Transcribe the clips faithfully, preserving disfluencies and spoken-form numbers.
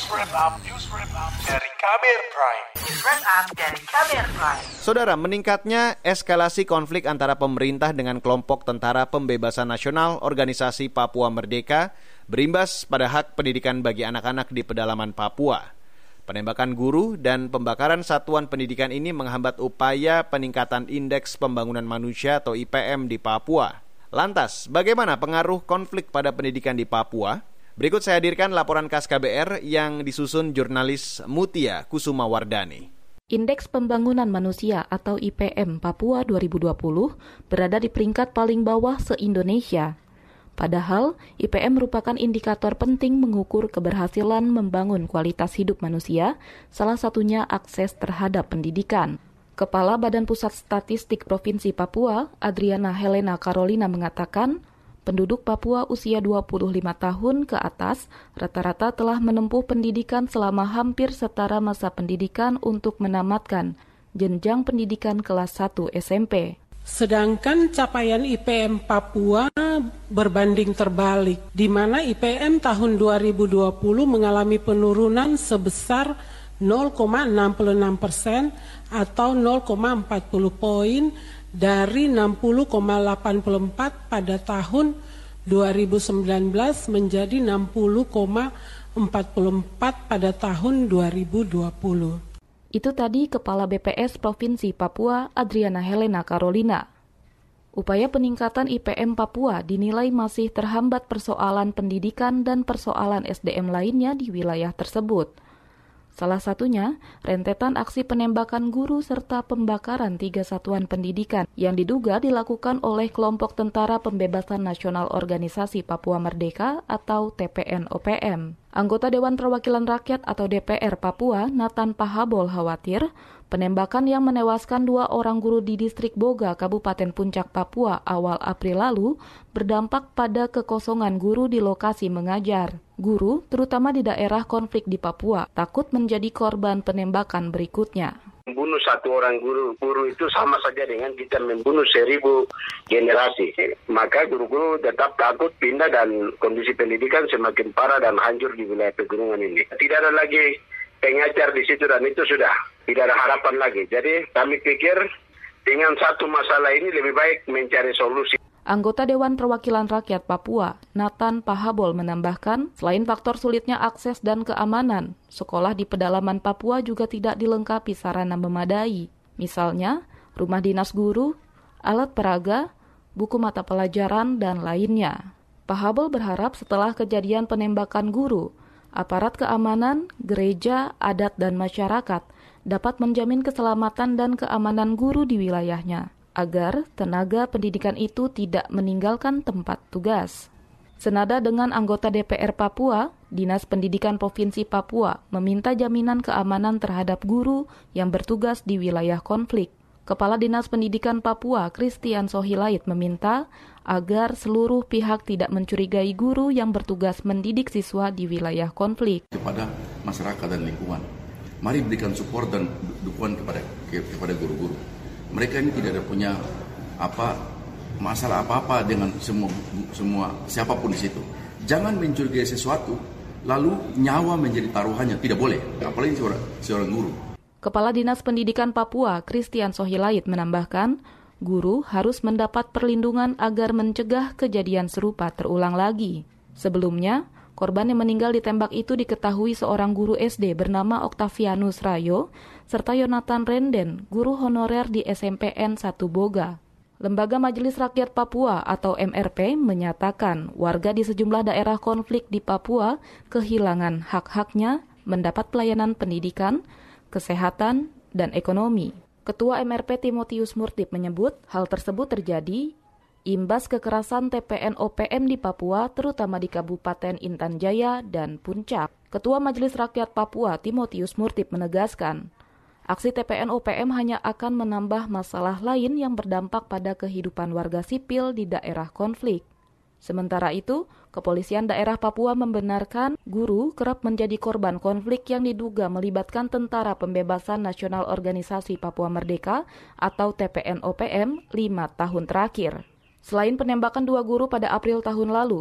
Wrap Up, News Wrap Up dari Kamer Prime. News Wrap Up dari Kamer Prime. Saudara, meningkatnya eskalasi konflik antara pemerintah dengan kelompok Tentara Pembebasan Nasional Organisasi Papua Merdeka berimbas pada hak pendidikan bagi anak-anak di pedalaman Papua. Penembakan guru dan pembakaran satuan pendidikan ini menghambat upaya peningkatan Indeks Pembangunan Manusia atau I P M di Papua. Lantas, bagaimana pengaruh konflik pada pendidikan di Papua? Berikut saya hadirkan laporan khas K B R yang disusun jurnalis Mutia Kusuma Wardani. Indeks Pembangunan Manusia atau I P M Papua dua ribu dua puluh berada di peringkat paling bawah se-Indonesia. Padahal, I P M merupakan indikator penting mengukur keberhasilan membangun kualitas hidup manusia, salah satunya akses terhadap pendidikan. Kepala Badan Pusat Statistik Provinsi Papua, Adriana Helena Carolina mengatakan, penduduk Papua usia dua puluh lima tahun ke atas rata-rata telah menempuh pendidikan selama hampir setara masa pendidikan untuk menamatkan jenjang pendidikan kelas satu S M P. Sedangkan capaian I P M Papua berbanding terbalik, di mana I P M tahun dua ribu dua puluh mengalami penurunan sebesar nol koma enam enam persen atau nol koma empat puluh poin dari enam puluh koma delapan empat pada tahun dua ribu sembilan belas menjadi enam puluh koma empat empat pada tahun dua ribu dua puluh. Itu tadi Kepala B P S Provinsi Papua, Adriana Helena Carolina. Upaya peningkatan I P M Papua dinilai masih terhambat persoalan pendidikan dan persoalan S D M lainnya di wilayah tersebut. Salah satunya, rentetan aksi penembakan guru serta pembakaran tiga satuan pendidikan yang diduga dilakukan oleh kelompok Tentara Pembebasan Nasional Organisasi Papua Merdeka atau T P N O P M. Anggota Dewan Perwakilan Rakyat atau D P R Papua, Nathan Pahabol, khawatir penembakan yang menewaskan dua orang guru di distrik Boga, Kabupaten Puncak, Papua awal April lalu berdampak pada kekosongan guru di lokasi mengajar. Guru, terutama di daerah konflik di Papua, takut menjadi korban penembakan berikutnya. Membunuh satu orang guru, guru itu sama saja dengan kita membunuh seribu generasi. Maka guru-guru tetap takut pindah dan kondisi pendidikan semakin parah dan hancur di wilayah pegunungan ini. Tidak ada lagi pengajar di situ dan itu sudah tidak ada harapan lagi. Jadi kami pikir dengan satu masalah ini lebih baik mencari solusi. Anggota Dewan Perwakilan Rakyat Papua, Nathan Pahabol menambahkan, selain faktor sulitnya akses dan keamanan, sekolah di pedalaman Papua juga tidak dilengkapi sarana memadai. Misalnya, rumah dinas guru, alat peraga, buku mata pelajaran, dan lainnya. Pahabol berharap setelah kejadian penembakan guru, aparat keamanan, gereja, adat, dan masyarakat dapat menjamin keselamatan dan keamanan guru di wilayahnya, agar tenaga pendidikan itu tidak meninggalkan tempat tugas. Senada dengan anggota D P R Papua, Dinas Pendidikan Provinsi Papua meminta jaminan keamanan terhadap guru yang bertugas di wilayah konflik. Kepala Dinas Pendidikan Papua, Christian Sohilait, meminta agar seluruh pihak tidak mencurigai guru yang bertugas mendidik siswa di wilayah konflik. Kepada masyarakat dan lingkungan, mari berikan support dan dukungan kepada kepada guru-guru. Mereka ini tidak ada punya apa masalah apa-apa dengan semua semua siapapun di situ. Jangan mencurigai sesuatu lalu nyawa menjadi taruhannya, tidak boleh. Apalagi seorang, seorang guru. Kepala Dinas Pendidikan Papua, Christian Sohilait, menambahkan, guru harus mendapat perlindungan agar mencegah kejadian serupa terulang lagi. Sebelumnya, korban yang meninggal ditembak itu diketahui seorang guru S D bernama Octavianus Rayo, serta Yonatan Renden, guru honorer di S M P N satu Boga. Lembaga Majelis Rakyat Papua atau M R P menyatakan warga di sejumlah daerah konflik di Papua kehilangan hak-haknya mendapat pelayanan pendidikan, kesehatan, dan ekonomi. Ketua M R P Timotius Murtip menyebut hal tersebut terjadi imbas kekerasan T P N O P M di Papua, terutama di Kabupaten Intan Jaya dan Puncak. Ketua Majelis Rakyat Papua, Timotius Murtip, menegaskan, aksi T P N O P M hanya akan menambah masalah lain yang berdampak pada kehidupan warga sipil di daerah konflik. Sementara itu, Kepolisian Daerah Papua membenarkan guru kerap menjadi korban konflik yang diduga melibatkan Tentara Pembebasan Nasional Organisasi Papua Merdeka atau T P N O P M lima tahun terakhir. Selain penembakan dua guru pada April tahun lalu,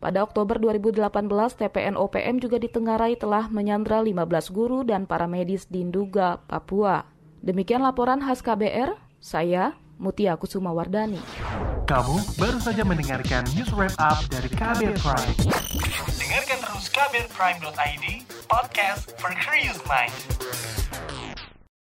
Pada Oktober dua ribu delapan belas, T P N O P M juga ditenggarai telah menyandra lima belas guru dan para medis di Nduga, Papua. Demikian laporan khas K B R, saya Mutia Kusuma Wardani. Kamu baru saja mendengarkan news wrap up dari K B R Prime. Dengarkan terus k b r prime dot i d, podcast for curious mind.